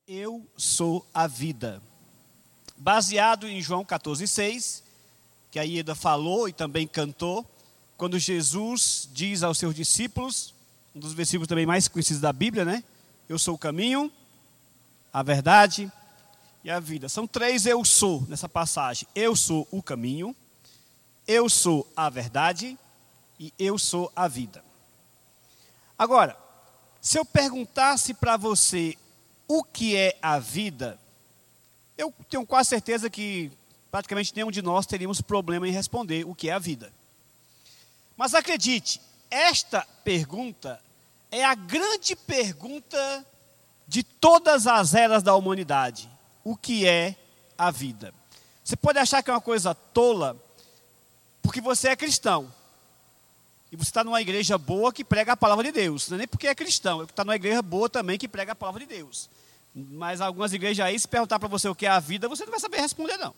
Eu sou a vida. Baseado em João 14,6, que a Ieda falou e também cantou, quando Jesus diz aos seus discípulos, um dos versículos também mais conhecidos da Bíblia, né? Eu sou o caminho, a verdade e a vida. São três eu sou nessa passagem. Eu sou o caminho, eu sou a verdade e eu sou a vida. Agora, se eu perguntasse para você o que é a vida, eu tenho quase certeza que praticamente nenhum de nós teríamos problema em responder o que é a vida. Mas acredite, esta pergunta é a grande pergunta de todas as eras da humanidade. O que é a vida? Você pode achar que é uma coisa tola, porque você é cristão. E você está numa igreja boa que prega a palavra de Deus. Não é nem porque é cristão, é porque está numa igreja boa também que prega a palavra de Deus. Mas algumas igrejas aí, se perguntar para você o que é a vida, você não vai saber responder não.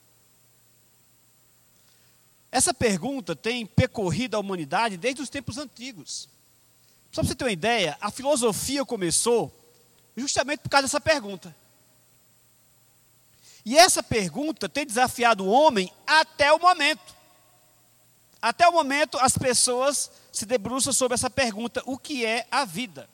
Essa pergunta tem percorrido a humanidade desde os tempos antigos. Só para você ter uma ideia, a filosofia começou justamente por causa dessa pergunta. E essa pergunta tem desafiado o homem até o momento. Até o momento as pessoas se debruçam sobre essa pergunta, o que é a vida?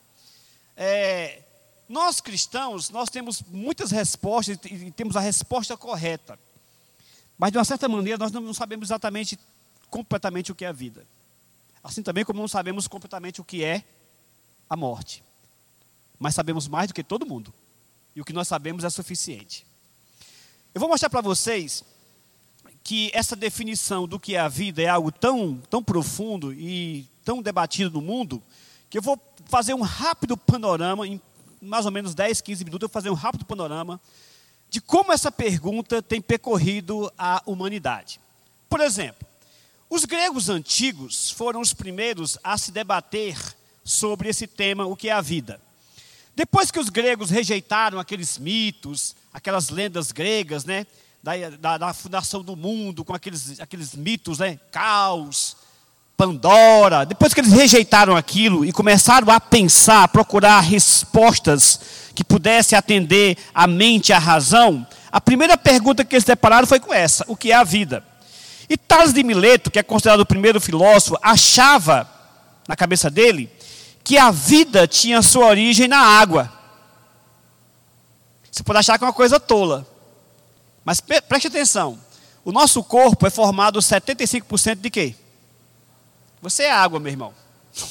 Nós cristãos, nós temos muitas respostas e temos a resposta correta. Mas de uma certa maneira nós não sabemos exatamente, completamente o que é a vida. Assim também como não sabemos completamente o que é a morte. Mas sabemos mais do que todo mundo. E o que nós sabemos é suficiente. Eu vou mostrar para vocês que essa definição do que é a vida é algo tão profundo e tão debatido no mundo, que eu vou fazer um rápido panorama, em mais ou menos 10, 15 minutos, eu vou fazer um rápido panorama de como essa pergunta tem percorrido a humanidade. Por exemplo, os gregos antigos foram os primeiros a se debater sobre esse tema, o que é a vida. Depois que os gregos rejeitaram aqueles mitos, aquelas lendas gregas, né, da fundação do mundo, com aqueles mitos, né, Caos, Pandora, depois que eles rejeitaram aquilo e começaram a pensar, a procurar respostas que pudessem atender a mente e a razão, a primeira pergunta que eles depararam foi com essa, o que é a vida? E Tales de Mileto, que é considerado o primeiro filósofo, achava, na cabeça dele, que a vida tinha sua origem na água. Você pode achar que é uma coisa tola, mas preste atenção, o nosso corpo é formado 75% de quê? Você é água, meu irmão.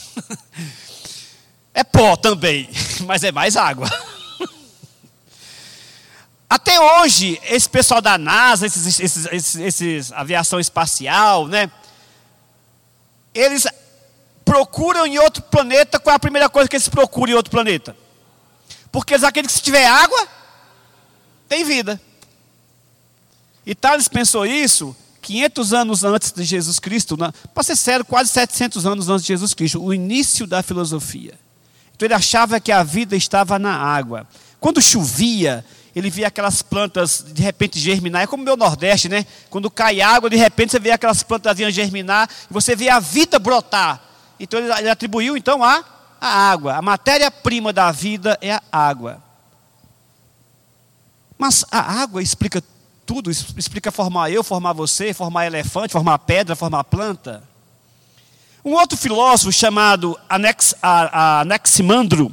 É pó também, mas é mais água. Até hoje, esse pessoal da NASA, esses aviação espacial, né? Eles procuram em outro planeta. Qual é a primeira coisa que eles procuram em outro planeta? Porque eles acreditam que se tiver água, tem vida. E Tales pensou isso 500 anos antes de Jesus Cristo, para ser sério, quase 700 anos antes de Jesus Cristo, o início da filosofia. Então ele achava que a vida estava na água. Quando chovia, ele via aquelas plantas de repente germinar. É como o meu Nordeste, né? Quando cai água, de repente você vê aquelas plantazinhas germinar, e você vê a vida brotar. Então ele atribuiu então a água. A matéria-prima da vida é a água. Mas a água explica tudo, explica formar eu, formar você, formar elefante, formar pedra, formar planta. Um outro filósofo chamado Anaximandro,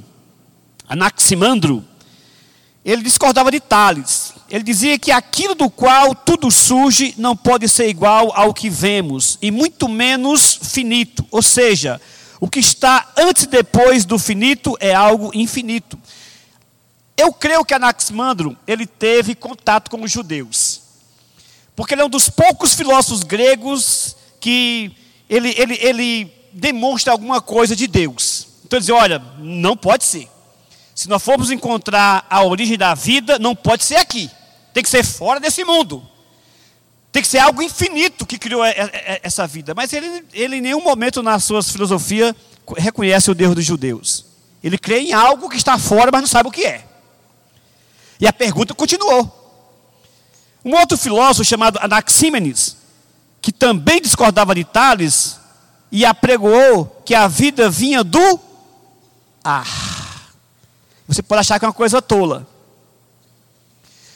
ele discordava de Tales. Ele dizia que aquilo do qual tudo surge não pode ser igual ao que vemos, e muito menos finito. Ou seja, o que está antes e depois do finito é algo infinito. Eu creio que Anaximandro, ele teve contato com os judeus. Porque ele é um dos poucos filósofos gregos que ele demonstra alguma coisa de Deus. Então ele diz, olha, não pode ser. Se nós formos encontrar a origem da vida, não pode ser aqui. Tem que ser fora desse mundo. Tem que ser algo infinito que criou essa vida. Mas ele em nenhum momento na sua filosofia reconhece o Deus dos judeus. Ele crê em algo que está fora, mas não sabe o que é. E a pergunta continuou. Um outro filósofo chamado Anaxímenes, que também discordava de Tales, e apregoou que a vida vinha do ar. Você pode achar que é uma coisa tola,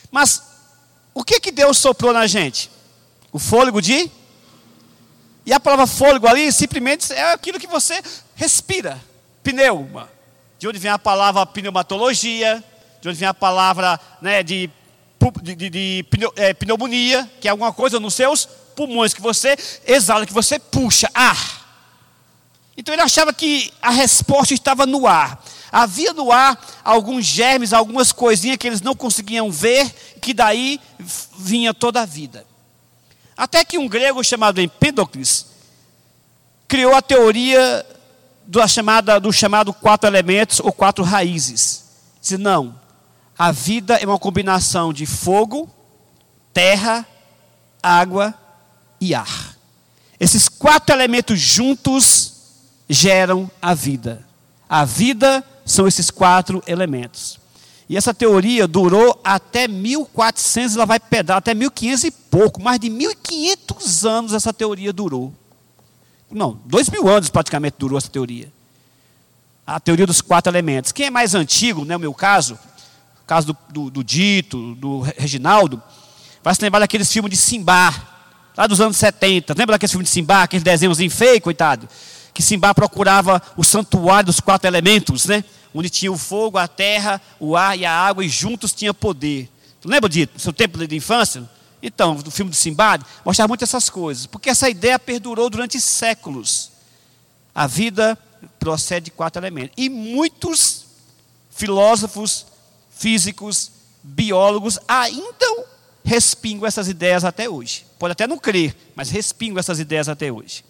Mas o que Deus soprou na gente? O fôlego de... E a palavra fôlego ali simplesmente é aquilo que você respira. Pneuma. De onde vem a palavra pneumatologia, de onde vem a palavra, né, de pneumonia, que é alguma coisa nos seus pulmões, que você exala, que você puxa ar. Então ele achava que a resposta estava no ar. Havia no ar alguns germes, algumas coisinhas que eles não conseguiam ver, que daí vinha toda a vida. Até que um grego chamado Empédocles criou a teoria do chamado 4 elementos ou 4 raízes. Diz, não, a vida é uma combinação de fogo, terra, água e ar. Esses 4 elementos juntos geram a vida. A vida são esses 4 elementos. E essa teoria durou até 1400, ela vai pedar até 1500 e pouco. Mais de 1500 anos essa teoria durou. Não, 2000 anos praticamente durou essa teoria. A teoria dos 4 elementos. Quem é mais antigo, né, o meu caso, o caso do Dito, do Reginaldo, vai se lembrar daqueles filmes de Simba, lá dos anos 70. Lembra daqueles filmes de Simba, aqueles desenhozinhos feios, coitado? Que Simba procurava o santuário dos 4 elementos, né? Onde tinha o fogo, a terra, o ar e a água, e juntos tinha poder. Tu lembra disso, no seu tempo de infância? Então, do filme do Simba, mostrava muito essas coisas. Porque essa ideia perdurou durante séculos. A vida procede de 4 elementos. E muitos filósofos, físicos, biólogos ainda respingam essas ideias até hoje. Pode até não crer, mas respingam essas ideias até hoje.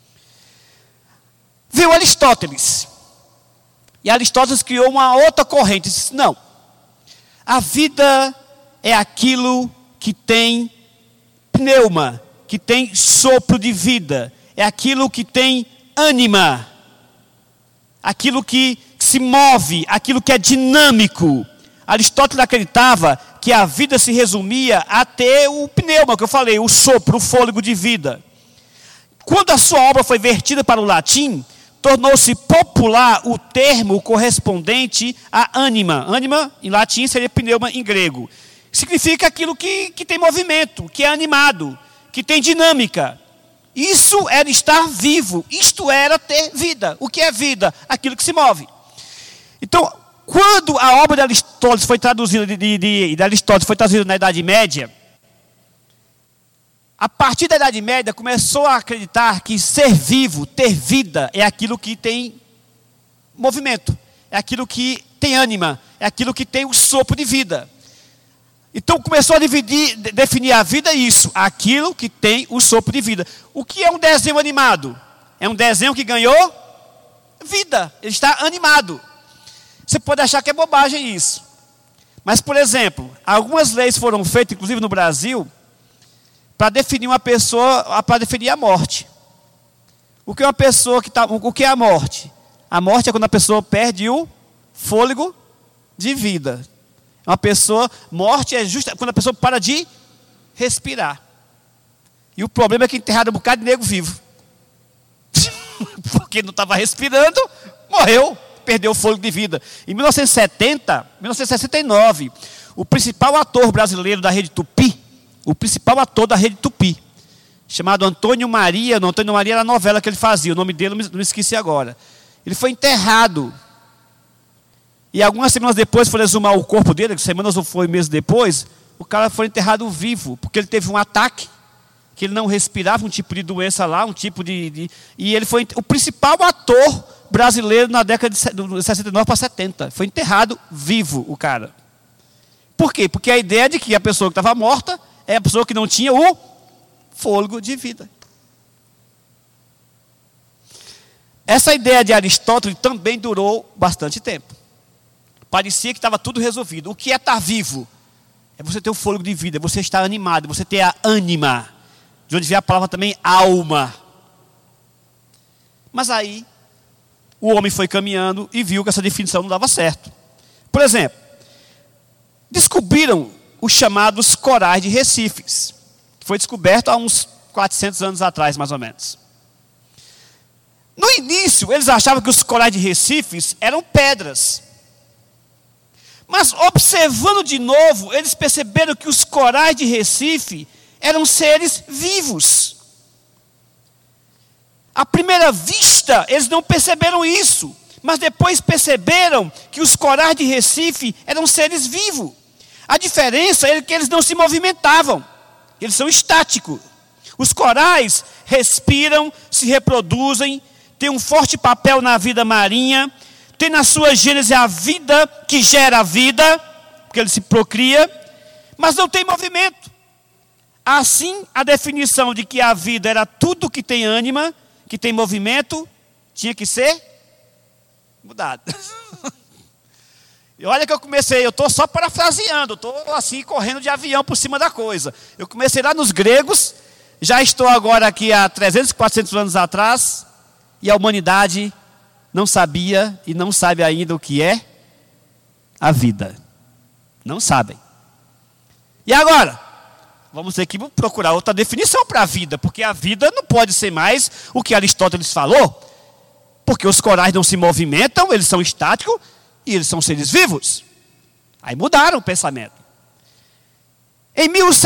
Veio Aristóteles. E Aristóteles criou uma outra corrente. Disse, não, a vida é aquilo que tem pneuma, que tem sopro de vida. É aquilo que tem ânima. Aquilo que se move, aquilo que é dinâmico. Aristóteles acreditava que a vida se resumia a ter o pneuma, que eu falei, o sopro, o fôlego de vida. Quando a sua obra foi vertida para o latim, tornou-se popular o termo correspondente a ânima. Ânima, em latim, seria pneuma em grego. Significa aquilo que tem movimento, que é animado, que tem dinâmica. Isso era estar vivo, isto era ter vida. O que é vida? Aquilo que se move. Então, quando a obra de Aristóteles foi traduzida, de Aristóteles foi traduzida na Idade Média, a partir da Idade Média, começou a acreditar que ser vivo, ter vida, é aquilo que tem movimento, é aquilo que tem ânima, é aquilo que tem o sopro de vida. Então começou a definir a vida isso, aquilo que tem o sopro de vida. O que é um desenho animado? É um desenho que ganhou vida, ele está animado. Você pode achar que é bobagem isso. Mas, por exemplo, algumas leis foram feitas, inclusive no Brasil, para definir uma pessoa, para definir a morte. O que é uma pessoa o que é a morte? A morte é quando a pessoa perde o fôlego de vida. Uma pessoa, morte é justa quando a pessoa para de respirar. E o problema é que enterraram um bocado de nego vivo. Porque não estava respirando, morreu, perdeu o fôlego de vida. Em 1969, o principal ator brasileiro da Rede Tupi, chamado Antônio Maria, Antônio Maria era a novela que ele fazia, o nome dele não me esqueci agora. Ele foi enterrado. E algumas semanas depois, foram exumar o corpo dele, semanas ou foi meses depois, o cara foi enterrado vivo, porque ele teve um ataque, que ele não respirava, um tipo de doença lá, um tipo e ele foi o principal ator brasileiro na década de 69 para 70. Foi enterrado vivo, o cara. Por quê? Porque a ideia de que a pessoa que estava morta é a pessoa que não tinha o fôlego de vida. Essa ideia de Aristóteles também durou bastante tempo. Parecia que estava tudo resolvido. O que é estar vivo? É você ter o fôlego de vida, é você estar animado, você ter a ânima. De onde vem a palavra também alma. Mas aí, o homem foi caminhando e viu que essa definição não dava certo. Por exemplo, descobriram os chamados corais de recifes, que foi descoberto há uns 400 anos atrás, mais ou menos. No início, eles achavam que os corais de recifes eram pedras. Mas observando de novo, eles perceberam que os corais de Recife eram seres vivos. À primeira vista, eles não perceberam isso, mas depois perceberam que os corais de Recife eram seres vivos. A diferença é que eles não se movimentavam, eles são estáticos. Os corais respiram, se reproduzem, têm um forte papel na vida marinha, tem na sua gênese a vida que gera a vida, porque ele se procria, mas não tem movimento. Assim, a definição de que a vida era tudo que tem ânima, que tem movimento, tinha que ser mudada. E olha que eu estou só parafraseando, estou assim correndo de avião por cima da coisa. Eu comecei lá nos gregos, já estou agora aqui há 300, 400 anos atrás, e a humanidade não sabia e não sabe ainda o que é a vida. Não sabem. E agora? Vamos ter que procurar outra definição para a vida, porque a vida não pode ser mais o que Aristóteles falou, porque os corais não se movimentam, eles são estáticos e eles são seres vivos. Aí mudaram o pensamento. Em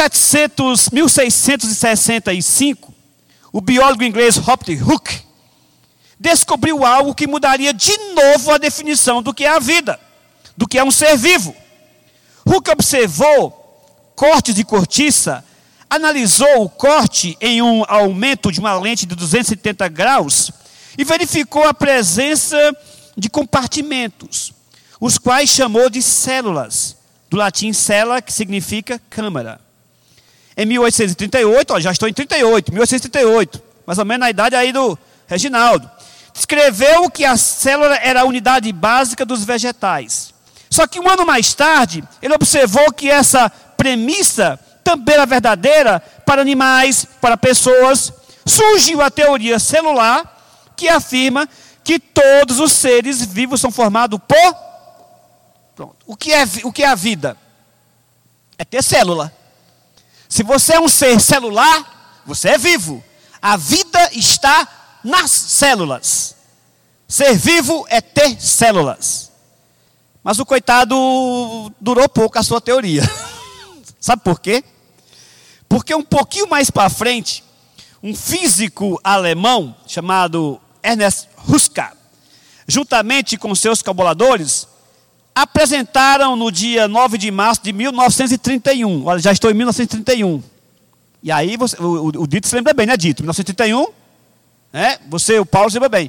1665, o biólogo inglês Robert Hooke descobriu algo que mudaria de novo a definição do que é a vida, do que é um ser vivo. Hooke observou cortes de cortiça, analisou o corte em um aumento de uma lente de 270 graus e verificou a presença de compartimentos, os quais chamou de células, do latim cella, que significa câmara. Em 1838, já estou em 1838, mais ou menos na idade aí do Reginaldo, descreveu que a célula era a unidade básica dos vegetais. Só que um ano mais tarde, ele observou que essa premissa também era verdadeira para animais, para pessoas. Surgiu a teoria celular, que afirma que todos os seres vivos são formados por... Pronto. O que é a vida? É ter célula. Se você é um ser celular, você é vivo. A vida está nas células. Ser vivo é ter células. Mas o coitado durou pouco a sua teoria. Sabe por quê? Porque um pouquinho mais para frente, um físico alemão chamado Ernst Ruska, juntamente com seus colaboradores, apresentaram no dia 9 de março de 1931. Olha, já estou em 1931. E aí, o Dito se lembra bem, né, Dito? 1931, você, o Paulo, se lembra bem.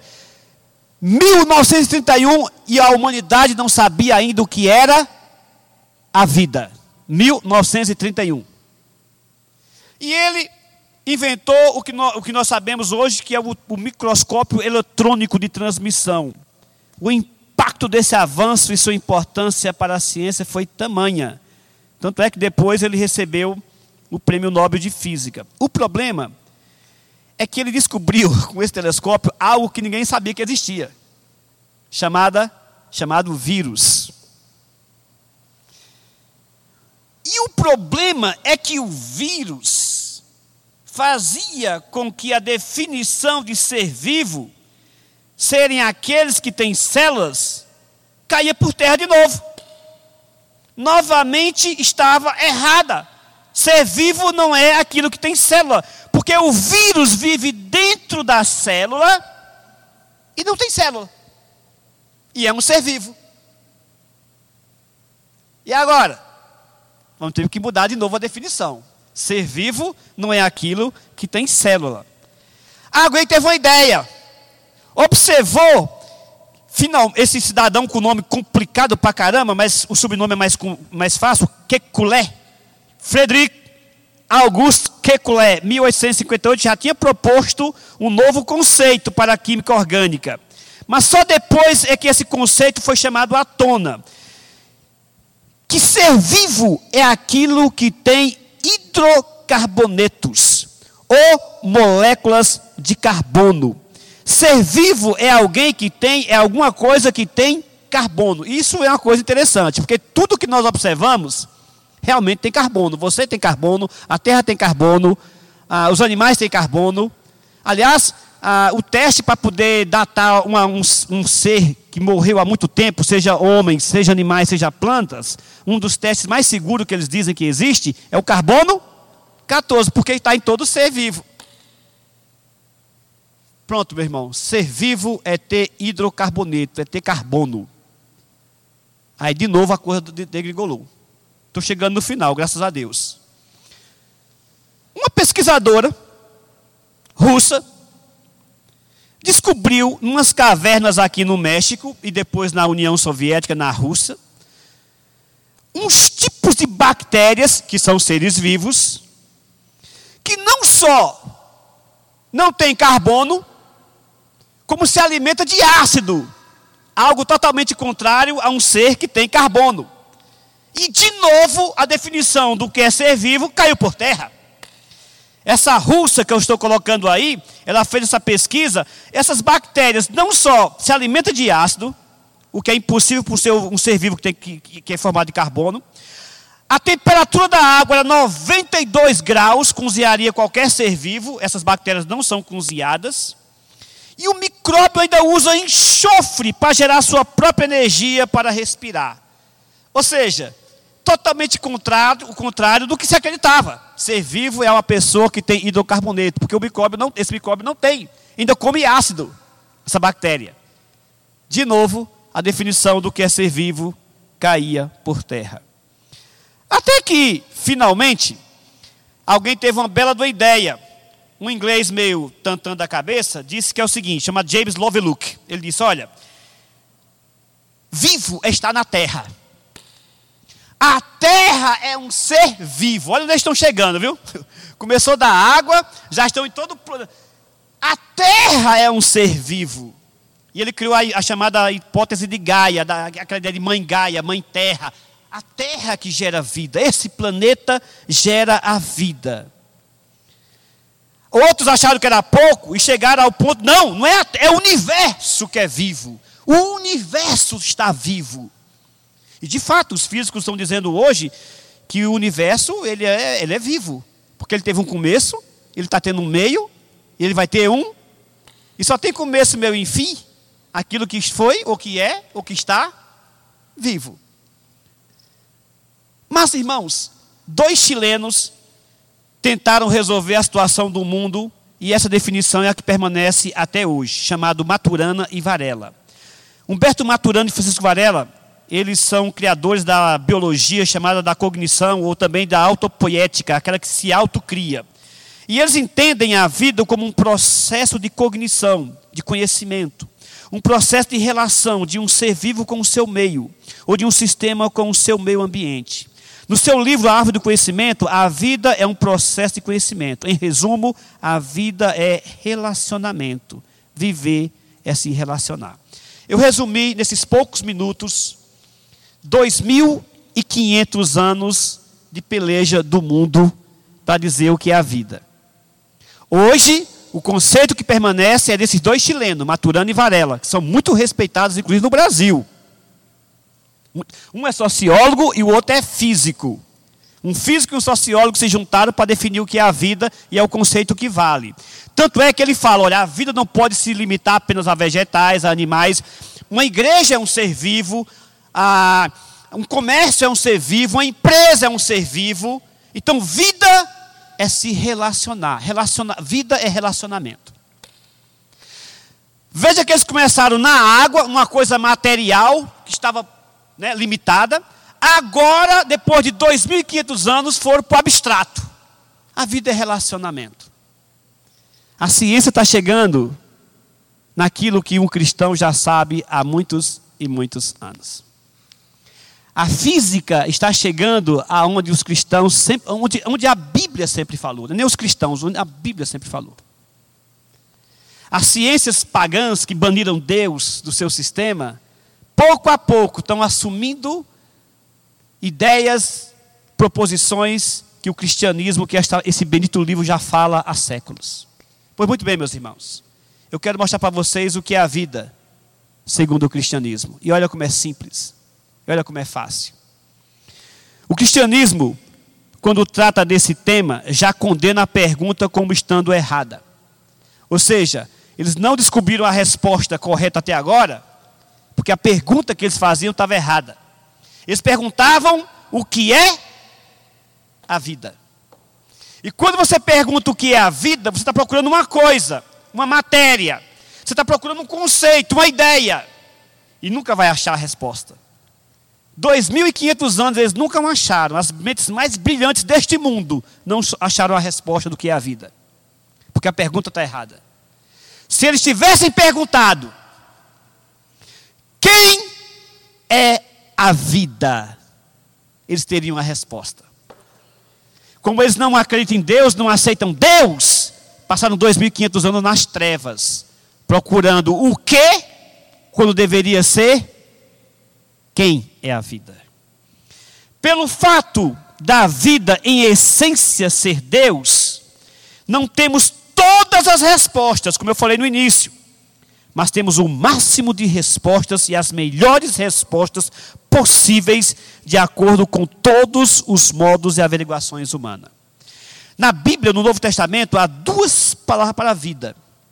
1931, e a humanidade não sabia ainda o que era a vida. 1931. E ele inventou o que nós sabemos hoje, que é o microscópio eletrônico de transmissão. O impacto desse avanço e sua importância para a ciência foi tamanha. Tanto é que depois ele recebeu o Prêmio Nobel de Física. O problema é que ele descobriu com esse telescópio algo que ninguém sabia que existia, chamado vírus. E o problema é que o vírus fazia com que a definição de ser vivo serem aqueles que têm células caía por terra de novo. Novamente estava errada. Ser vivo não é aquilo que tem célula, porque o vírus vive dentro da célula e não tem célula. E é um ser vivo. E agora? Vamos ter que mudar de novo a definição. Ser vivo não é aquilo que tem célula. Alguém teve uma ideia. Observou, esse cidadão com nome complicado pra caramba, mas o sobrenome é mais fácil, Kekulé. Frederic Auguste Kekulé, 1858, já tinha proposto um novo conceito para a química orgânica. Mas só depois é que esse conceito foi chamado à tona. Que ser vivo é aquilo que tem hidrocarbonetos ou moléculas de carbono. Ser vivo é alguma coisa que tem carbono. Isso é uma coisa interessante, porque tudo que nós observamos realmente tem carbono. Você tem carbono, a terra tem carbono, os animais têm carbono. Aliás, o teste para poder datar um ser que morreu há muito tempo, seja homens, seja animais, seja plantas, um dos testes mais seguros que eles dizem que existe é o carbono 14, porque está em todo ser vivo. Pronto, meu irmão, ser vivo é ter hidrocarboneto, é ter carbono. Aí de novo a coisa degringolou. Estou chegando no final, graças a Deus. Uma pesquisadora russa descobriu, em umas cavernas aqui no México e depois na União Soviética, na Rússia, uns tipos de bactérias, que são seres vivos, que não só não tem carbono, como se alimenta de ácido, algo totalmente contrário a um ser que tem carbono. E de novo, a definição do que é ser vivo caiu por terra. Essa russa que eu estou colocando aí, ela fez essa pesquisa, essas bactérias não só se alimentam de ácido, o que é impossível por ser um ser vivo que é formado de carbono. A temperatura da água era 92 graus, cozinharia qualquer ser vivo, essas bactérias não são cozinhadas. E o micróbio ainda usa enxofre para gerar sua própria energia para respirar. Ou seja, totalmente o contrário do que se acreditava. Ser vivo é uma pessoa que tem hidrocarboneto, porque esse micróbio não tem, ainda come ácido, essa bactéria. De novo, a definição do que é ser vivo caía por terra. Até que, finalmente, alguém teve uma bela ideia. Um inglês meio tantã da cabeça disse que é o seguinte, chama James Lovelock. Ele disse, olha, vivo está na terra. A terra é um ser vivo. Olha onde eles estão chegando, viu? Começou da água, já estão em todo... A terra é um ser vivo. E ele criou a chamada hipótese de Gaia, aquela ideia de mãe Gaia, mãe terra. A terra que gera vida. Esse planeta gera a vida. Outros acharam que era pouco e chegaram ao ponto... Não é o universo que é vivo. O universo está vivo. E de fato, os físicos estão dizendo hoje que o universo ele é vivo. Porque ele teve um começo, ele está tendo um meio, e ele vai ter um. E só tem começo, meio e fim. Aquilo que foi, ou que é, ou que está vivo. Mas, irmãos, 2 chilenos tentaram resolver a situação do mundo, e essa definição é a que permanece até hoje, chamado Maturana e Varela. Humberto Maturana e Francisco Varela, eles são criadores da biologia chamada da cognição, ou também da autopoética, aquela que se autocria. E eles entendem a vida como um processo de cognição, de conhecimento. Um processo de relação de um ser vivo com o seu meio, ou de um sistema com o seu meio ambiente. No seu livro, A Árvore do Conhecimento, a vida é um processo de conhecimento. Em resumo, a vida é relacionamento. Viver é se relacionar. Eu resumi nesses poucos minutos 2.500 anos de peleja do mundo para dizer o que é a vida. Hoje, o conceito que permanece é desses 2 chilenos, Maturana e Varela, que são muito respeitados, inclusive no Brasil. Um é sociólogo e o outro é físico. Um físico e um sociólogo se juntaram para definir o que é a vida e é o conceito que vale. Tanto é que ele fala, olha, a vida não pode se limitar apenas a vegetais, a animais. Uma igreja é um ser vivo, um comércio é um ser vivo, uma empresa é um ser vivo. Então, vida é se relacionar. Vida é relacionamento. Veja que eles começaram na água, uma coisa material, que estava limitada. Agora, depois de 2.500 anos, foram para o abstrato. A vida é relacionamento. A ciência está chegando naquilo que um cristão já sabe há muitos e muitos anos. A física está chegando aonde os cristãos sempre, onde a Bíblia sempre falou, nem os cristãos, onde a Bíblia sempre falou. As ciências pagãs que baniram Deus do seu sistema, pouco a pouco estão assumindo ideias, proposições que o cristianismo, que esse bendito livro já fala há séculos. Pois muito bem, meus irmãos, eu quero mostrar para vocês o que é a vida segundo o cristianismo. E olha como é simples. Olha como é fácil. O cristianismo, quando trata desse tema, já condena a pergunta como estando errada. Ou seja, Eles não descobriram a resposta correta até agora, porque a pergunta que eles faziam estava errada. Eles perguntavam o que é a vida. E quando você pergunta o que é a vida, você está procurando uma coisa, uma matéria. Você está procurando um conceito, uma ideia. E nunca vai achar a resposta. 2.500 anos eles nunca acharam. As mentes mais brilhantes deste mundo não acharam a resposta do que é a vida. Porque a pergunta está errada. Se eles tivessem perguntado: quem é a vida? Eles teriam a resposta. Como eles não acreditam em Deus, não aceitam Deus, passaram 2.500 anos nas trevas, procurando o que, quando deveria ser quem é a vida. Pelo fato da vida em essência ser Deus, não temos todas as respostas, como eu falei no início, mas temos o máximo de respostas e as melhores respostas possíveis de acordo com todos os modos e averiguações humanas. Na Bíblia, no Novo Testamento, há duas palavras para a vida.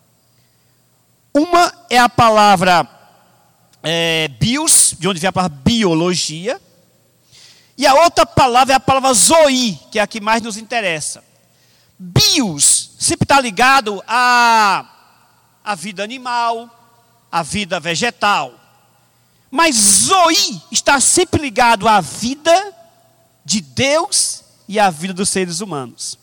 Uma é a palavra bios, de onde vem a palavra biologia. E a outra palavra é a palavra zoe, que é a que mais nos interessa. Bios sempre está ligado à vida animal, à vida vegetal. Mas zoe está sempre ligado à vida de Deus e à vida dos seres humanos.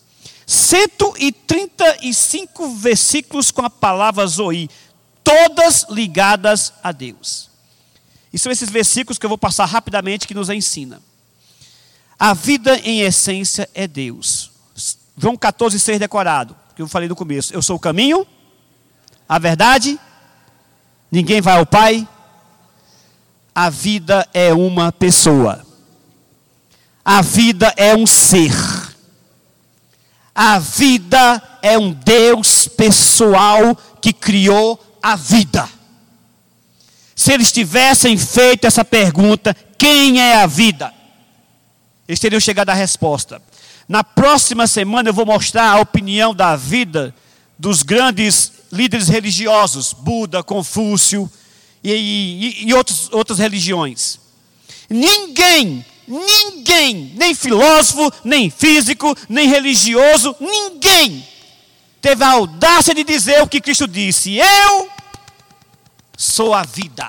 135 versículos com a palavra zoe, todas ligadas a Deus. E são esses versículos que eu vou passar rapidamente que nos ensina. A vida em essência é Deus. João 14,6 decorado, que eu falei no começo. Eu sou o caminho, a verdade, ninguém vai ao Pai. A vida é uma pessoa. A vida é um ser. A vida é um Deus pessoal que criou a vida. Se eles tivessem feito essa pergunta, quem é a vida? Eles teriam chegado à resposta. Na próxima semana eu vou mostrar a opinião da vida dos grandes líderes religiosos, Buda, Confúcio e outras religiões. Ninguém, nem filósofo, nem físico, nem religioso, ninguém teve a audácia de dizer o que Cristo disse: eu sou a vida.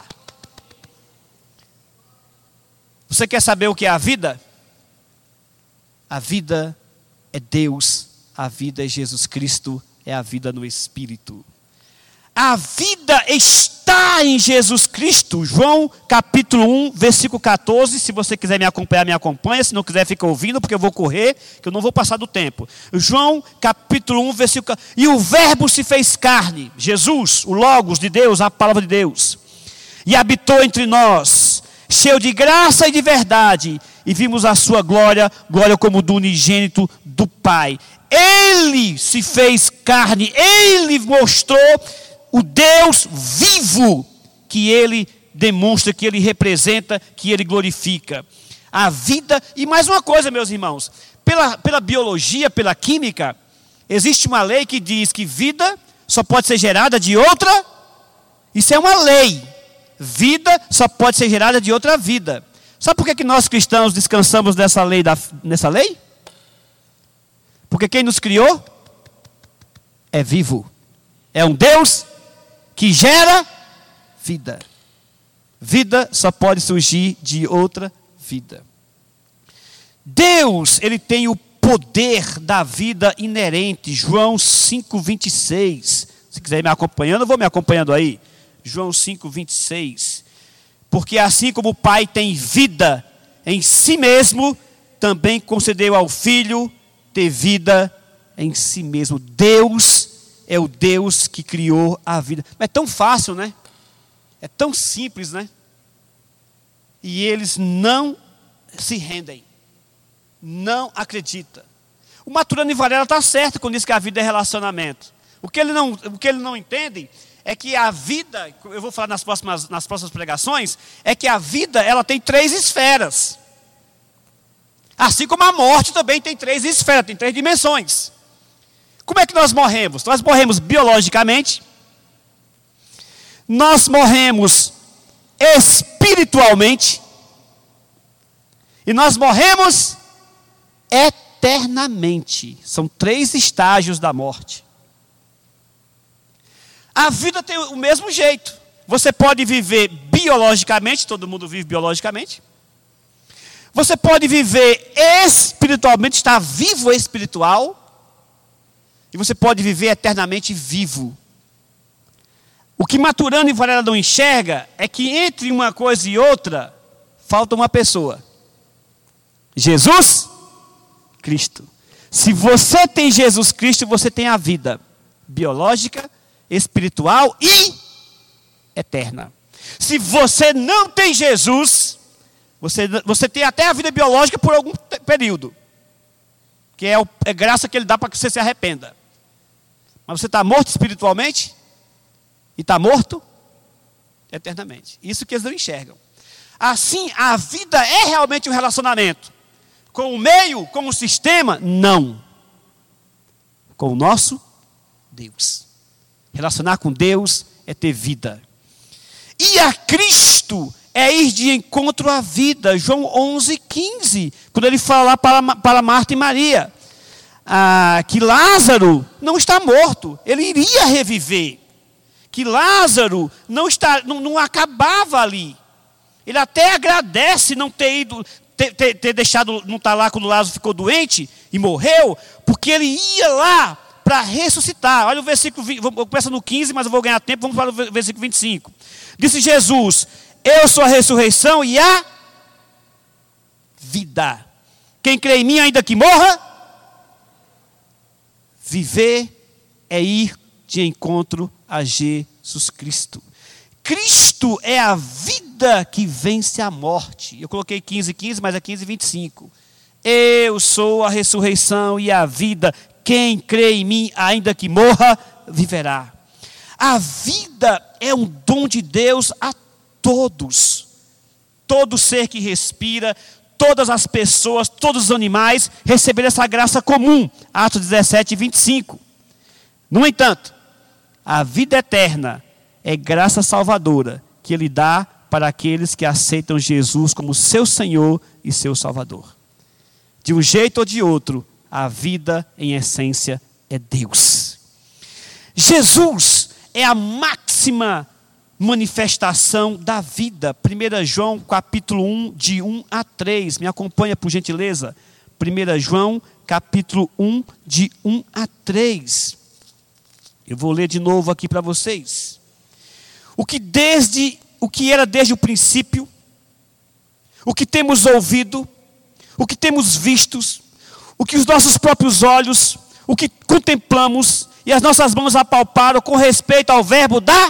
Você quer saber o que é a vida? A vida é Deus, a vida é Jesus Cristo, é a vida no Espírito. A vida está em Jesus Cristo. João capítulo 1, versículo 14. Se você quiser me acompanhar, me acompanha. Se não quiser, fica ouvindo, porque eu vou correr, que eu não vou passar do tempo. João capítulo 1, versículo 14. E o verbo se fez carne, Jesus, o Logos de Deus, a palavra de Deus, e habitou entre nós, cheio de graça e de verdade, e vimos a sua glória, glória como do unigênito do Pai. Ele se fez carne, ele mostrou o Deus vivo que ele demonstra, que ele representa, que ele glorifica. A vida, e mais uma coisa, meus irmãos, pela biologia, pela química, existe uma lei que diz que vida só pode ser gerada de outra, isso é uma lei. Vida só pode ser gerada de outra vida. Sabe por que nós cristãos descansamos nessa lei? Porque quem nos criou é vivo. É um Deus que gera vida. Vida só pode surgir de outra vida. Deus, ele tem o poder da vida inerente. João 5,26. Se quiser ir me acompanhando, eu vou me acompanhando aí. João 5,26. Porque assim como o Pai tem vida em si mesmo, também concedeu ao Filho ter vida em si mesmo. Deus é o Deus que criou a vida. Mas é tão fácil, né? É tão simples, né? E eles não se rendem. Não acreditam. O Maturana Varela está certo quando diz que a vida é relacionamento. O que ele não entende é que a vida, eu vou falar nas próximas pregações, é que a vida ela tem 3 esferas. Assim como a morte também tem 3 esferas, tem 3 dimensões. Como é que nós morremos? Nós morremos biologicamente, nós morremos espiritualmente e nós morremos eternamente. São 3 estágios da morte. A vida tem o mesmo jeito. Você pode viver biologicamente, todo mundo vive biologicamente. Você pode viver espiritualmente, estar vivo espiritual. E você pode viver eternamente vivo. O que Maturana e Varela não enxerga é que entre uma coisa e outra, falta uma pessoa. Jesus Cristo. Se você tem Jesus Cristo, você tem a vida biológica, espiritual e eterna. Se você não tem Jesus, você tem até a vida biológica por algum período, que é graça que Ele dá para que você se arrependa. Mas você está morto espiritualmente e está morto eternamente. Isso que eles não enxergam. Assim, a vida é realmente um relacionamento com o meio, com o sistema? Não. Com o nosso Deus. Relacionar com Deus é ter vida. E a Cristo é ir de encontro à vida. João 11:15, quando ele fala lá para Marta e Maria, que Lázaro não está morto, ele iria reviver. Que Lázaro não acabava ali. Ele até agradece não ter ido, ter deixado, não estar lá quando Lázaro ficou doente e morreu, porque ele ia lá para ressuscitar. Olha o versículo, começa no 15, mas eu vou ganhar tempo, vamos para o versículo 25. Disse Jesus: eu sou a ressurreição e a vida. Quem crê em mim, ainda que morra, viver é ir de encontro a Jesus Cristo. Cristo é a vida que vence a morte. Eu coloquei 15:15, mas é 15:25. Eu sou a ressurreição e a vida. Quem crê em mim, ainda que morra, viverá. A vida é um dom de Deus a todos. Todo ser que respira, todas as pessoas, todos os animais receberam essa graça comum. Atos 17:25. No entanto, a vida eterna é graça salvadora que Ele dá para aqueles que aceitam Jesus como seu Senhor e seu Salvador. De um jeito ou de outro, a vida em essência é Deus. Jesus é a máxima manifestação da vida. 1 João capítulo 1, de 1 a 3. Me acompanha por gentileza. 1 João capítulo 1, de 1 a 3. Eu vou ler de novo aqui para vocês. O que era desde o princípio, o que temos ouvido, o que temos vistos, o que os nossos próprios olhos, o que contemplamos e as nossas mãos apalparam com respeito ao verbo da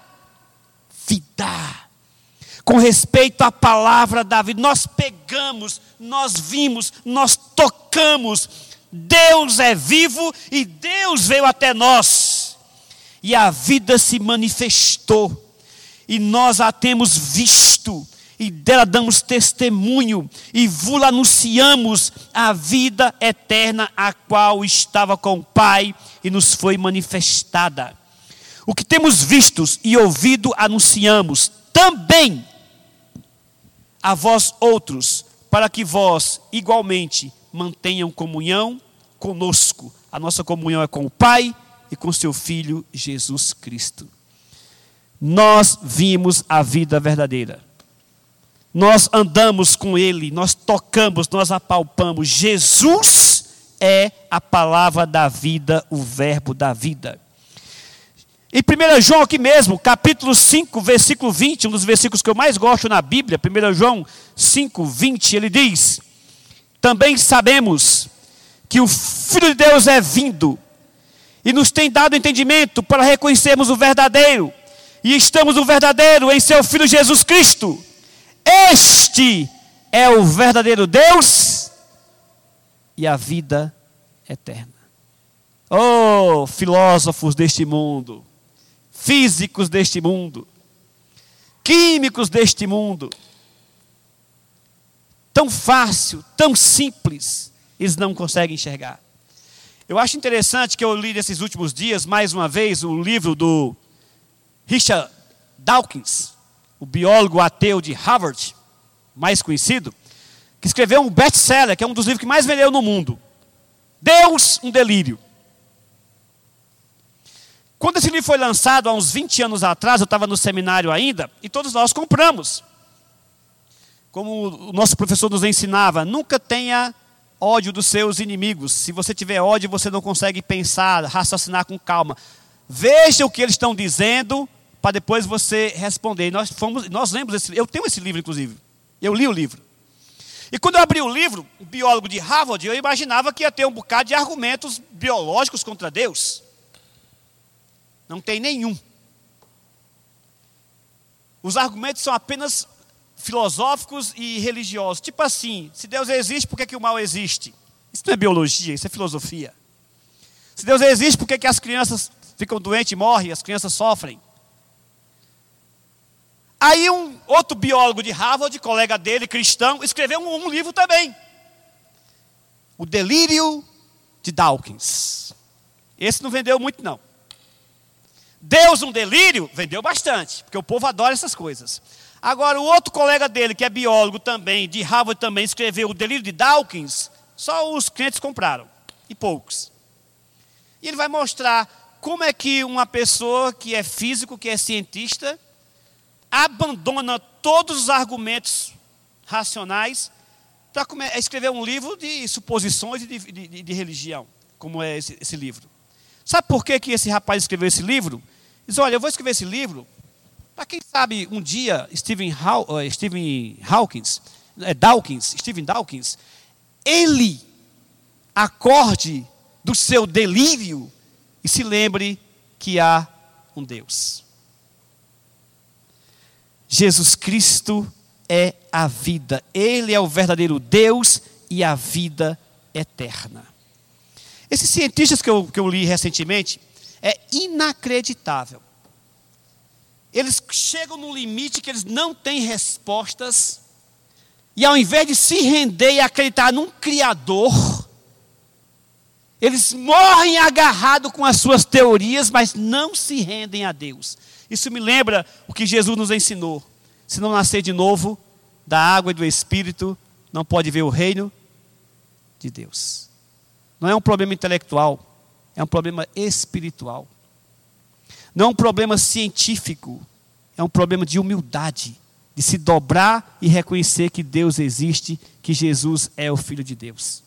vida. Com respeito à palavra da vida. Nós pegamos, nós vimos, nós tocamos. Deus é vivo e Deus veio até nós. E a vida se manifestou. E nós a temos visto. E dela damos testemunho. E vos anunciamos a vida eterna, a qual estava com o Pai e nos foi manifestada. O que temos visto e ouvido anunciamos também a vós outros, para que vós igualmente mantenham comunhão conosco. A nossa comunhão é com o Pai e com seu Filho Jesus Cristo. Nós vimos a vida verdadeira. Nós andamos com Ele, nós tocamos, nós apalpamos. Jesus é a palavra da vida, o verbo da vida. Em 1 João aqui mesmo, capítulo 5, versículo 20, um dos versículos que eu mais gosto na Bíblia, 1 João 5, 20, ele diz: também sabemos que o Filho de Deus é vindo e nos tem dado entendimento para reconhecermos o verdadeiro, e estamos no verdadeiro em seu Filho Jesus Cristo. Este é o verdadeiro Deus e a vida eterna. Oh, filósofos deste mundo, físicos deste mundo, químicos deste mundo, tão fácil, tão simples, eles não conseguem enxergar. Eu acho interessante que eu li nesses últimos dias, mais uma vez, o livro do Richard Dawkins, o biólogo ateu de Harvard, mais conhecido, que escreveu um best-seller, que é um dos livros que mais vendeu no mundo. Deus, um delírio. Quando esse livro foi lançado, há uns 20 anos atrás, eu estava no seminário ainda, e todos nós compramos. Como o nosso professor nos ensinava, nunca tenha ódio dos seus inimigos. Se você tiver ódio, você não consegue pensar, raciocinar com calma. Veja o que eles estão dizendo, para depois você responder. Nós lemos esse livro. Eu tenho esse livro, inclusive. Eu li o livro. E quando eu abri o livro, um biólogo de Harvard, eu imaginava que ia ter um bocado de argumentos biológicos contra Deus. Não tem nenhum. Os argumentos são apenas filosóficos e religiosos. Tipo assim, se Deus existe, por que o mal existe? Isso não é biologia, isso é filosofia. Se Deus existe, por que as crianças ficam doentes e morrem, as crianças sofrem? Aí um outro biólogo de Harvard, colega dele, cristão, escreveu um livro também. O Delírio de Dawkins. Esse não vendeu muito, não. Deus, um delírio, vendeu bastante, porque o povo adora essas coisas. Agora, o outro colega dele, que é biólogo também, de Harvard também, escreveu o Delírio de Dawkins, só os crentes compraram, e poucos. E ele vai mostrar como é que uma pessoa que é físico, que é cientista, abandona todos os argumentos racionais para escrever um livro de suposições de religião, como é esse livro. Sabe por que esse rapaz escreveu esse livro? Diz, olha, eu vou escrever esse livro, para quem sabe um dia Stephen Dawkins, ele acorde do seu delírio e se lembre que há um Deus. Jesus Cristo é a vida. Ele é o verdadeiro Deus e a vida eterna. Esses cientistas que eu li recentemente, é inacreditável. Eles chegam no limite que eles não têm respostas, e ao invés de se render e acreditar num Criador, eles morrem agarrados com as suas teorias, mas não se rendem a Deus. Isso me lembra o que Jesus nos ensinou. Se não nascer de novo, da água e do Espírito, não pode ver o reino de Deus. Não é um problema intelectual, é um problema espiritual. Não é um problema científico, é um problema de humildade, de se dobrar e reconhecer que Deus existe, que Jesus é o Filho de Deus.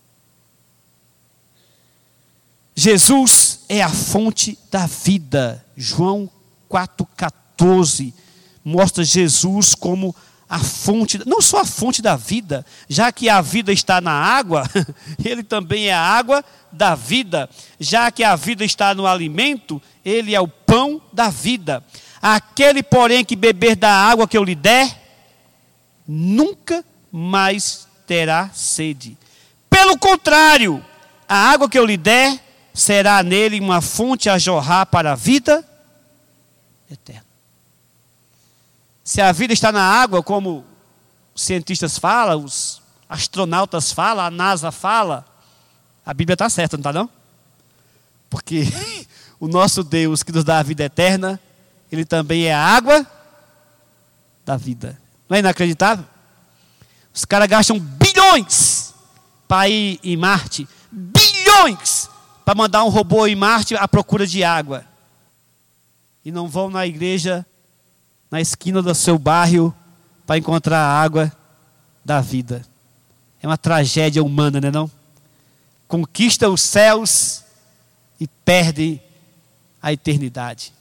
Jesus é a fonte da vida. João 4,14 mostra Jesus como a fonte, não só a fonte da vida, já que a vida está na água, ele também é a água da vida. Já que a vida está no alimento, ele é o pão da vida. Aquele, porém, que beber da água que eu lhe der, nunca mais terá sede. Pelo contrário, a água que eu lhe der será nele uma fonte a jorrar para a vida eterna. Se a vida está na água, como os cientistas falam, os astronautas falam, a NASA fala, a Bíblia está certa, não está não? Porque o nosso Deus que nos dá a vida eterna, ele também é a água da vida. Não é inacreditável? Os caras gastam bilhões para ir em Marte, bilhões para mandar um robô em Marte à procura de água. E não vão na igreja, na esquina do seu bairro, para encontrar a água da vida. É uma tragédia humana, não é não? Conquista os céus e perde a eternidade.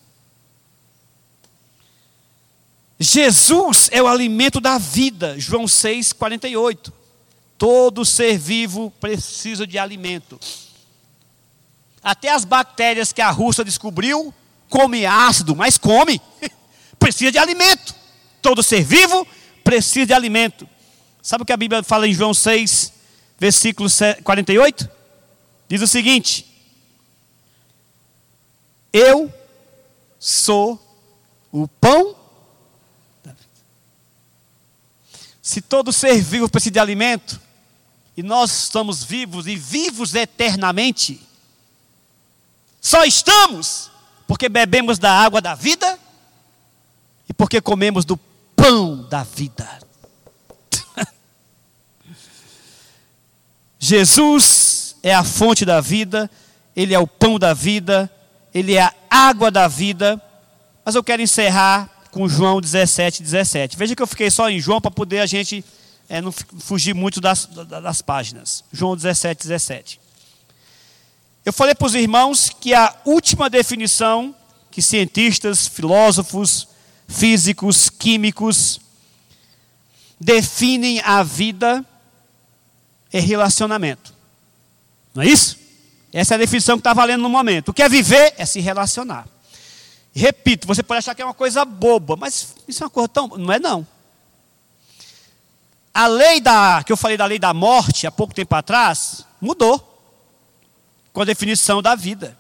Jesus é o alimento da vida. João 6,48. Todo ser vivo precisa de alimento. Até as bactérias que a Rússia descobriu, come ácido, mas come. Precisa de alimento. Todo ser vivo precisa de alimento. Sabe o que a Bíblia fala em João 6, versículo 48? Diz o seguinte: eu sou o pão da vida. Se todo ser vivo precisa de alimento, e nós estamos vivos e vivos eternamente, só estamos porque bebemos da água da vida e porque comemos do pão da vida. Jesus é a fonte da vida, Ele é o pão da vida, Ele é a água da vida. Mas eu quero encerrar com João 17:17. Veja que eu fiquei só em João para poder a gente não fugir muito das páginas. João 17:17. Eu falei para os irmãos que a última definição que cientistas, filósofos, físicos, químicos definem a vida é relacionamento. Não é isso? Essa é a definição que está valendo no momento. O que é viver é se relacionar. Repito, você pode achar que é uma coisa boba, mas isso é uma coisa tão... Não é não. A lei que eu falei da lei da morte, há pouco tempo atrás, mudou com a definição da vida.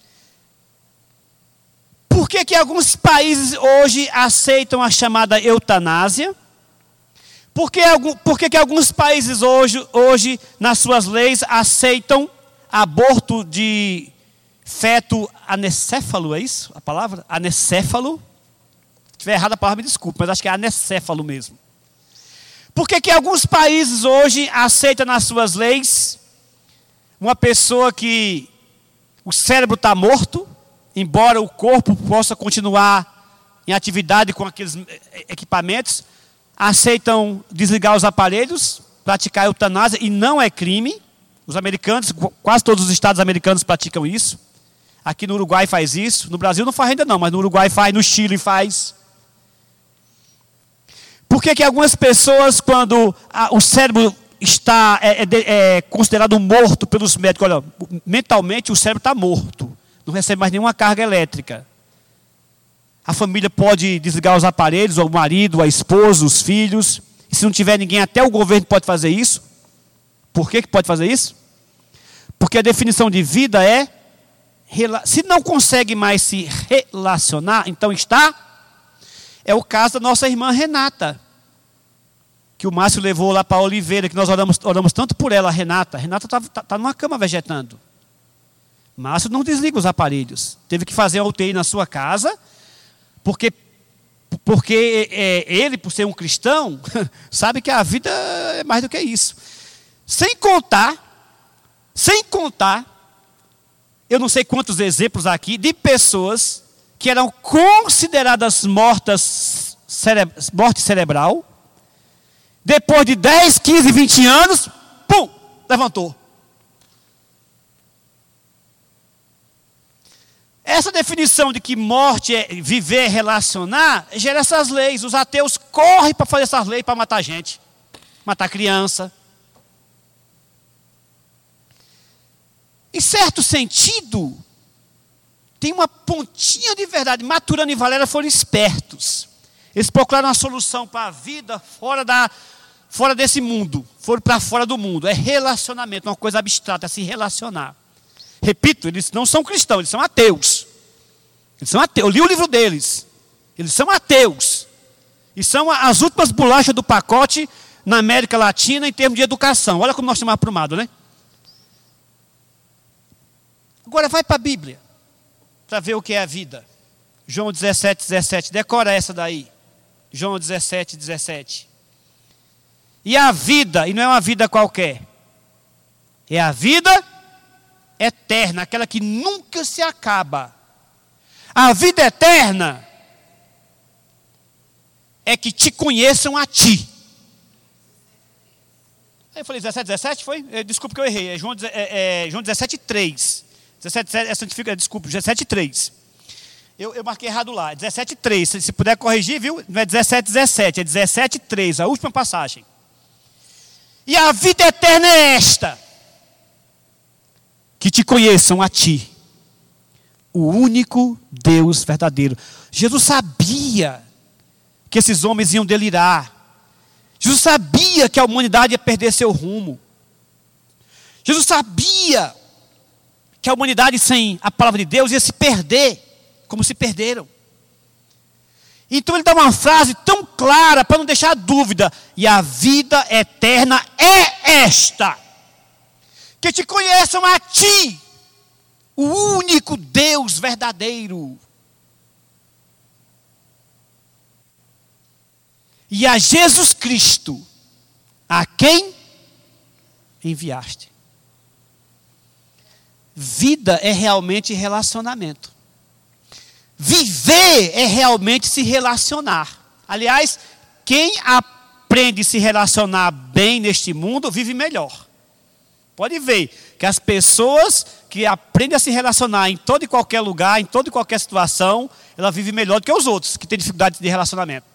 Por que alguns países hoje aceitam a chamada eutanásia? Por que alguns países hoje, nas suas leis, aceitam aborto de feto anecéfalo, é isso a palavra? Anecéfalo? Se estiver errada a palavra, me desculpe, mas acho que é anecéfalo mesmo. Por que alguns países hoje aceitam nas suas leis uma pessoa que o cérebro está morto, embora o corpo possa continuar em atividade com aqueles equipamentos, aceitam desligar os aparelhos, praticar a eutanásia, e não é crime. Os americanos, quase todos os estados americanos praticam isso. Aqui no Uruguai faz isso. No Brasil não faz ainda não, mas no Uruguai faz, no Chile faz. Por que algumas pessoas, quando o cérebro está considerado morto pelos médicos, olha, mentalmente o cérebro está morto, não recebe mais nenhuma carga elétrica. A família pode desligar os aparelhos, o marido, a esposa, os filhos. E se não tiver ninguém, até o governo pode fazer isso. Por que pode fazer isso? Porque a definição de vida é... Se não consegue mais se relacionar, então está... É o caso da nossa irmã Renata, que o Márcio levou lá para a Oliveira, que nós oramos tanto por ela, a Renata. A Renata está numa cama vegetando. Márcio não desliga os aparelhos. Teve que fazer uma UTI na sua casa, porque ele, por ser um cristão, sabe que a vida é mais do que isso. Sem contar, eu não sei quantos exemplos aqui, de pessoas que eram consideradas morte cerebral, depois de 10, 15, 20 anos, pum, levantou. Essa definição de que morte é viver, relacionar, gera essas leis. Os ateus correm para fazer essas leis para matar gente, matar criança. Em certo sentido, tem uma pontinha de verdade. Maturana e Valéria foram espertos. Eles procuraram uma solução para a vida fora desse mundo. Foram para fora do mundo. É relacionamento, uma coisa abstrata, é se relacionar. Repito, eles não são cristãos, eles são ateus. Eles são ateus. Eu li o livro deles. Eles são ateus. E são as últimas bolachas do pacote na América Latina em termos de educação. Olha como nós estamos aprumados, né? Agora vai para a Bíblia, para ver o que é a vida. João 17:17. Decora essa daí. João 17:17. E a vida, e não é uma vida qualquer, é a vida eterna, aquela que nunca se acaba. A vida eterna é que te conheçam a ti. Aí eu falei 17:17, foi? Desculpa que eu errei. É João 17:3. 17:7 é santifica, desculpa, 17:3. Eu marquei errado lá, 17:3. Se puder corrigir, viu? Não é 17:17, é 17:3, a última passagem. E a vida eterna é esta: que te conheçam a ti, o único Deus verdadeiro. Jesus sabia que esses homens iam delirar. Jesus sabia que a humanidade ia perder seu rumo. Jesus sabia que a humanidade sem a palavra de Deus ia se perder, como se perderam. Então ele dá uma frase tão clara para não deixar dúvida: e a vida eterna é esta, que te conheçam a ti, o único Deus verdadeiro. e a Jesus Cristo, a quem enviaste. Vida é realmente relacionamento. Viver é realmente se relacionar. Aliás, quem aprende a se relacionar bem neste mundo, vive melhor. Pode ver que as pessoas que aprendem a se relacionar em todo e qualquer lugar, em toda e qualquer situação, ela vive melhor do que os outros que têm dificuldade de relacionamento.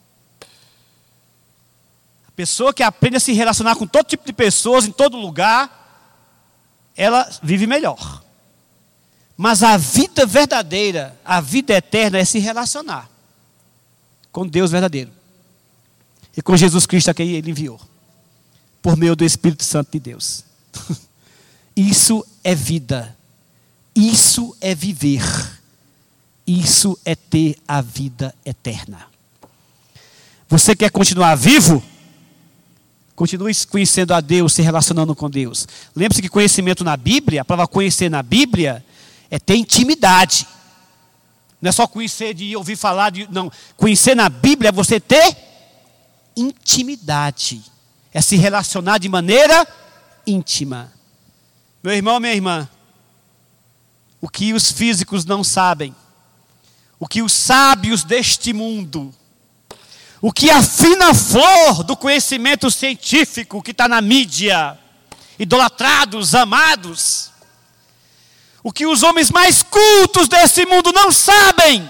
A pessoa que aprende a se relacionar com todo tipo de pessoas, em todo lugar, ela vive melhor. Mas a vida verdadeira, a vida eterna é se relacionar com Deus verdadeiro. E com Jesus Cristo a quem Ele enviou. Por meio do Espírito Santo de Deus. Isso é vida. Isso é viver. Isso é ter a vida eterna. Você quer continuar vivo? Continue conhecendo a Deus, se relacionando com Deus. Lembre-se que conhecimento na Bíblia, a palavra conhecer na Bíblia, é ter intimidade. Não é só conhecer de ouvir falar, não. Conhecer na Bíblia é você ter intimidade. É se relacionar de maneira íntima. Meu irmão, minha irmã, o que os físicos não sabem, o que os sábios deste mundo, o que a fina flor do conhecimento científico que está na mídia, idolatrados, amados, o que os homens mais cultos desse mundo não sabem,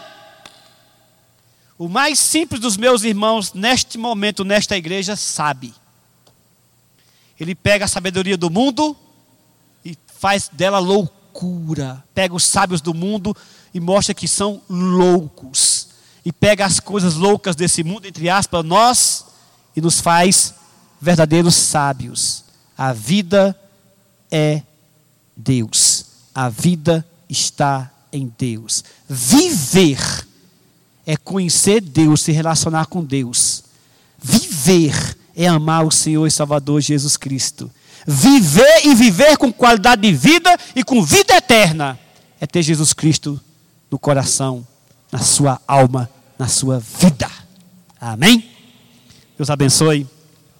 o mais simples dos meus irmãos, neste momento, nesta igreja, sabe. Ele pega a sabedoria do mundo e faz dela loucura. Pega os sábios do mundo e mostra que são loucos. E pega as coisas loucas desse mundo, entre aspas, nós, e nos faz verdadeiros sábios. A vida é Deus. A vida está em Deus. Viver é conhecer Deus, se relacionar com Deus. Viver é amar o Senhor e Salvador Jesus Cristo. Viver e viver com qualidade de vida e com vida eterna é ter Jesus Cristo no coração, na sua alma, na sua vida. Amém? Deus abençoe.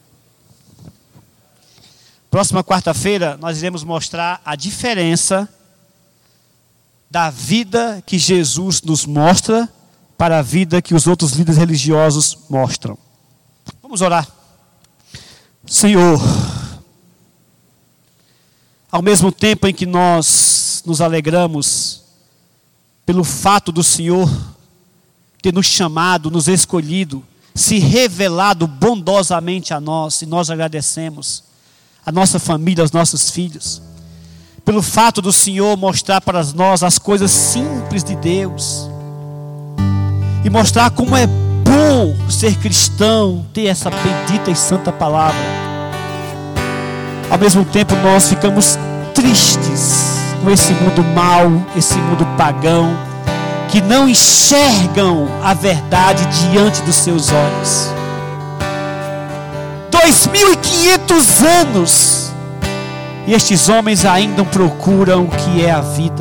Próxima quarta-feira nós iremos mostrar a diferença da vida que Jesus nos mostra para a vida que os outros líderes religiosos mostram. Vamos orar. Senhor, ao mesmo tempo em que nós nos alegramos pelo fato do Senhor ter nos chamado, nos escolhido, se revelado bondosamente a nós, e nós agradecemos, a nossa família, aos nossos filhos, pelo fato do Senhor mostrar para nós as coisas simples de Deus, e mostrar como é bom ser cristão, ter essa bendita e santa palavra. Ao mesmo tempo nós ficamos tristes com esse mundo mau, esse mundo pagão, que não enxergam a verdade diante dos seus olhos. 2500 anos e estes homens ainda procuram o que é a vida.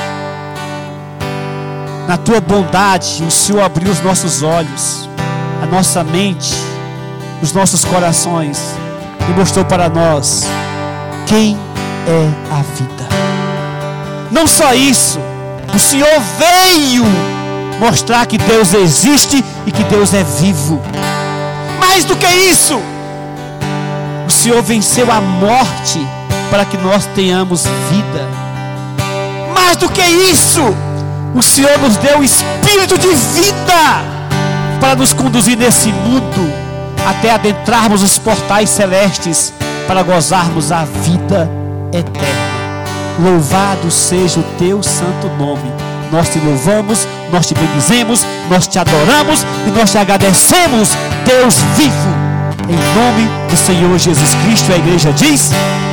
Na tua bondade, o Senhor abriu os nossos olhos, a nossa mente, os nossos corações, e mostrou para nós quem é a vida. Não só isso, o Senhor veio mostrar que Deus existe e que Deus é vivo. Mais do que isso, o Senhor venceu a morte para que nós tenhamos vida. Mais do que isso, o Senhor nos deu o espírito de vida para nos conduzir nesse mundo até adentrarmos os portais celestes para gozarmos a vida eterna. Louvado seja o teu santo nome. Nós te louvamos, nós te bendizemos, nós te adoramos e nós te agradecemos, Deus vivo. Em nome do Senhor Jesus Cristo, a igreja diz...